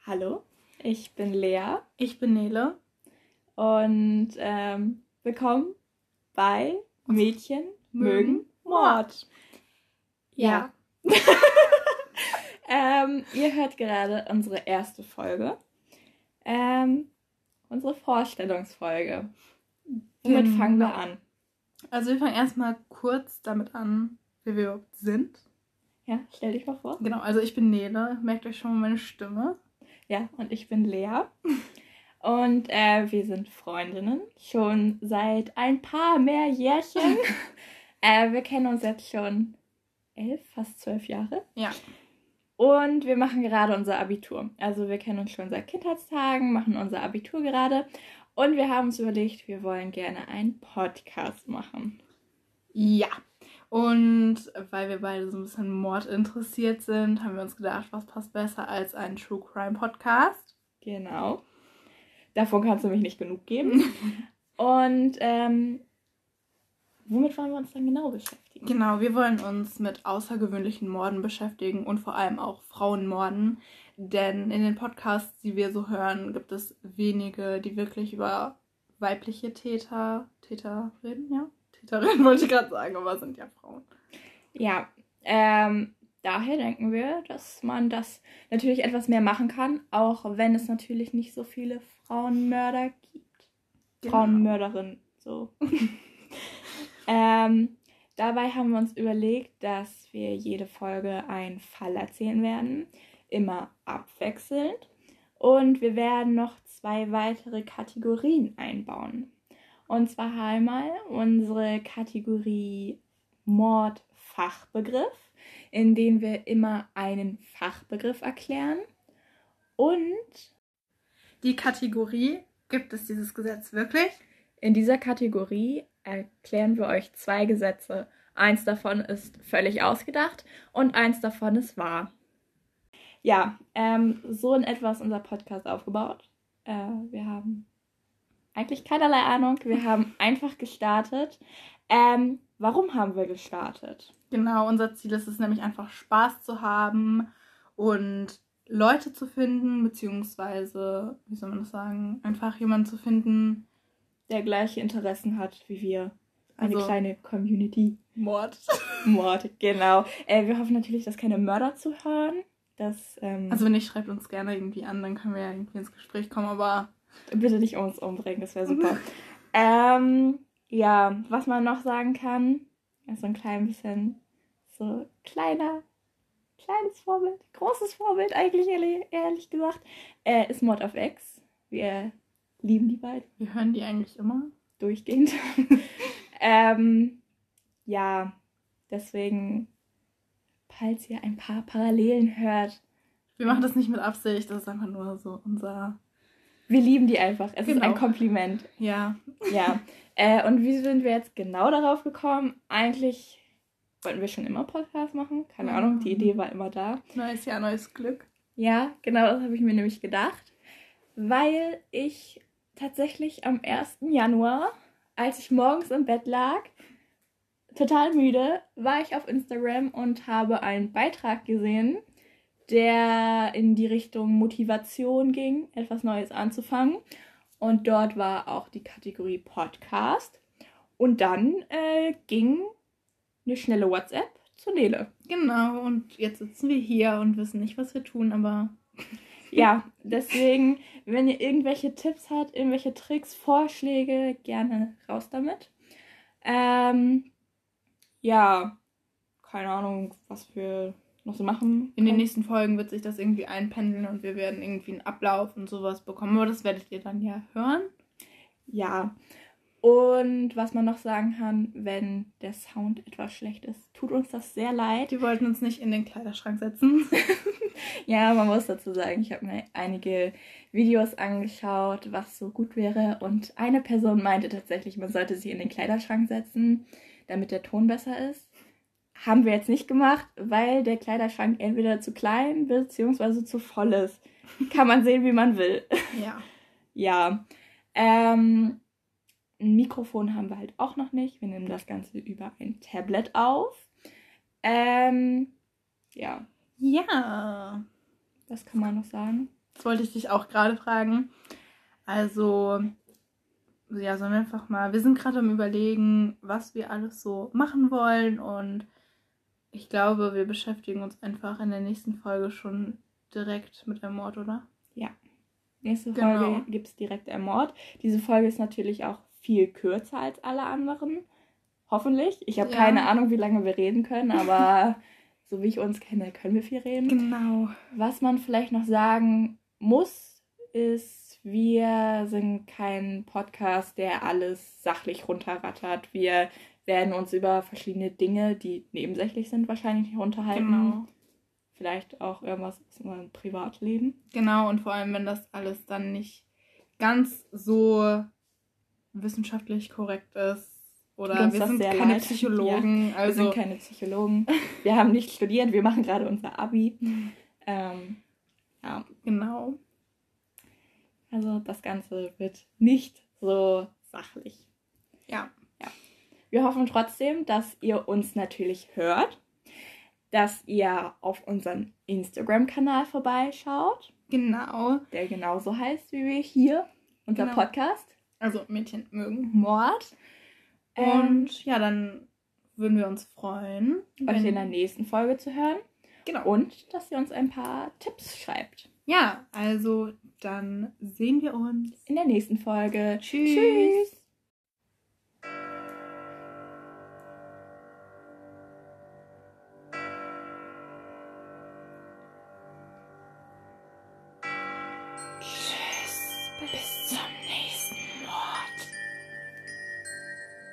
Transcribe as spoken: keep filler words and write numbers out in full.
Hallo, ich bin Lea. Ich bin Nele. Und ähm, willkommen bei Mädchen mögen Mord. Ja. ja. ähm, ihr hört gerade unsere erste Folge. Ähm, unsere Vorstellungsfolge. Womit genau. fangen wir an? Also wir fangen erstmal kurz damit an, wer wir überhaupt sind. Ja, stell dich mal vor. Genau, also ich bin Nele. Merkt euch schon mal meine Stimme. Ja, und ich bin Lea. Und äh, wir sind Freundinnen, schon seit ein paar mehr Jährchen. äh, wir kennen uns jetzt schon elf, fast zwölf Jahre. Ja. Und wir machen gerade unser Abitur. Also wir kennen uns schon seit Kindheitstagen, machen unser Abitur gerade. Und wir haben uns überlegt, wir wollen gerne einen Podcast machen. Ja. Und weil wir beide so ein bisschen Mord interessiert sind, haben wir uns gedacht, was passt besser als ein True Crime Podcast. Genau. Davon kannst du mich nicht genug geben. Und ähm, womit wollen wir uns dann genau beschäftigen? Genau, wir wollen uns mit außergewöhnlichen Morden beschäftigen und vor allem auch Frauenmorden. Denn in den Podcasts, die wir so hören, gibt es wenige, die wirklich über weibliche Täter, Täter reden, ja? Täterinnen wollte ich gerade sagen, aber sind ja Frauen. Ja, ähm, daher denken wir, dass man das natürlich etwas mehr machen kann, auch wenn es natürlich nicht so viele Frauenmörder gibt. Genau. Frauenmörderinnen, so. ähm, dabei haben wir uns überlegt, dass wir jede Folge einen Fall erzählen werden, immer abwechselnd. Und wir werden noch zwei weitere Kategorien einbauen. Und zwar einmal unsere Kategorie Mordfachbegriff, in dem wir immer einen Fachbegriff erklären. Und die Kategorie, gibt es dieses Gesetz wirklich? In dieser Kategorie erklären wir euch zwei Gesetze. Eins davon ist völlig ausgedacht und eins davon ist wahr. Ja, ähm, so in etwa ist unser Podcast aufgebaut. Äh, wir haben eigentlich keinerlei Ahnung. Wir haben einfach gestartet. Ähm, warum haben wir gestartet? Genau, unser Ziel ist es nämlich einfach Spaß zu haben und Leute zu finden, beziehungsweise, wie soll man das sagen, einfach jemanden zu finden, der gleiche Interessen hat wie wir. Eine also, kleine Community. Mord. Mord, genau. Äh, wir hoffen natürlich, dass keine Mörder zuhören. Dass, ähm, also wenn nicht, schreibt uns gerne irgendwie an, dann können wir ja irgendwie ins Gespräch kommen, aber bitte nicht uns umbringen, das wäre super. ähm, ja, was man noch sagen kann, ist so ein klein bisschen so kleiner, kleines Vorbild, großes Vorbild eigentlich, ehrlich, ehrlich gesagt, äh, ist Mord of X. Wir lieben die beiden. Wir hören die eigentlich immer. Durchgehend. ähm, ja, deswegen, falls ihr ein paar Parallelen hört. Wir machen das nicht mit Absicht, das ist einfach nur so unser... Wir lieben die einfach. Es genau. ist ein Kompliment. Ja. Ja. Äh, und wie sind wir jetzt genau darauf gekommen? Eigentlich wollten wir schon immer Podcast machen. Keine mhm. Ahnung, die Idee war immer da. Neues Jahr, neues Glück. Ja, genau, das habe ich mir nämlich gedacht. Weil ich tatsächlich am ersten Januar, als ich morgens im Bett lag, total müde, war ich auf Instagram und habe einen Beitrag gesehen, der in die Richtung Motivation ging, etwas Neues anzufangen. Und dort war auch die Kategorie Podcast. Und dann äh, ging eine schnelle WhatsApp zu Nele. Genau, und jetzt sitzen wir hier und wissen nicht, was wir tun, aber... ja, deswegen, wenn ihr irgendwelche Tipps habt, irgendwelche Tricks, Vorschläge, gerne raus damit. Ähm, ja, keine Ahnung, was wir noch so machen. In den nächsten Folgen wird sich das irgendwie einpendeln und wir werden irgendwie einen Ablauf und sowas bekommen. Aber das werdet ihr dann ja hören. Ja. Und was man noch sagen kann, wenn der Sound etwas schlecht ist, tut uns das sehr leid. Die wollten uns nicht in den Kleiderschrank setzen. Ja, man muss dazu sagen, ich habe mir einige Videos angeschaut, was so gut wäre. Und eine Person meinte tatsächlich, man sollte sich in den Kleiderschrank setzen, damit der Ton besser ist. Haben wir jetzt nicht gemacht, weil der Kleiderschrank entweder zu klein bzw. zu voll ist. Kann man sehen, wie man will. Ja. Ja. Ähm, ein Mikrofon haben wir halt auch noch nicht. Wir nehmen das Ganze über ein Tablet auf. Ähm, ja. Ja. Was kann man noch sagen? Das wollte ich dich auch gerade fragen. Also, ja, sollen wir einfach mal, wir sind gerade am Überlegen, was wir alles so machen wollen und ich glaube, wir beschäftigen uns einfach in der nächsten Folge schon direkt mit einem Mord, oder? Ja. Nächste Genau. Folge gibt es direkt einen Mord. Diese Folge ist natürlich auch viel kürzer als alle anderen. Hoffentlich. Ich habe Ja. keine Ahnung, wie lange wir reden können, aber so wie ich uns kenne, können wir viel reden. Genau. Was man vielleicht noch sagen muss, ist, wir sind kein Podcast, der alles sachlich runterrattert. Wir werden uns über verschiedene Dinge, die nebensächlich sind, wahrscheinlich nicht unterhalten. Genau. Vielleicht auch irgendwas aus unserem Privatleben. Genau, und vor allem, wenn das alles dann nicht ganz so wissenschaftlich korrekt ist. Oder wir sind keine leid. Psychologen. Ja, also wir sind keine Psychologen. Wir haben nicht studiert, wir machen gerade unser Abi. ähm, ja. Genau. Also das Ganze wird nicht so sachlich. Ja. Ja. Wir hoffen trotzdem, dass ihr uns natürlich hört, dass ihr auf unseren Instagram-Kanal vorbeischaut. Genau. Der genauso heißt wie wir hier, unser Genau. Podcast. Also Mädchen mögen Mord. Und Ähm, ja, dann würden wir uns freuen, euch in der nächsten Folge zu hören. Genau. Und dass ihr uns ein paar Tipps schreibt. Ja, also dann sehen wir uns in der nächsten Folge. Tschüss. Tschüss. Tschüss. Bis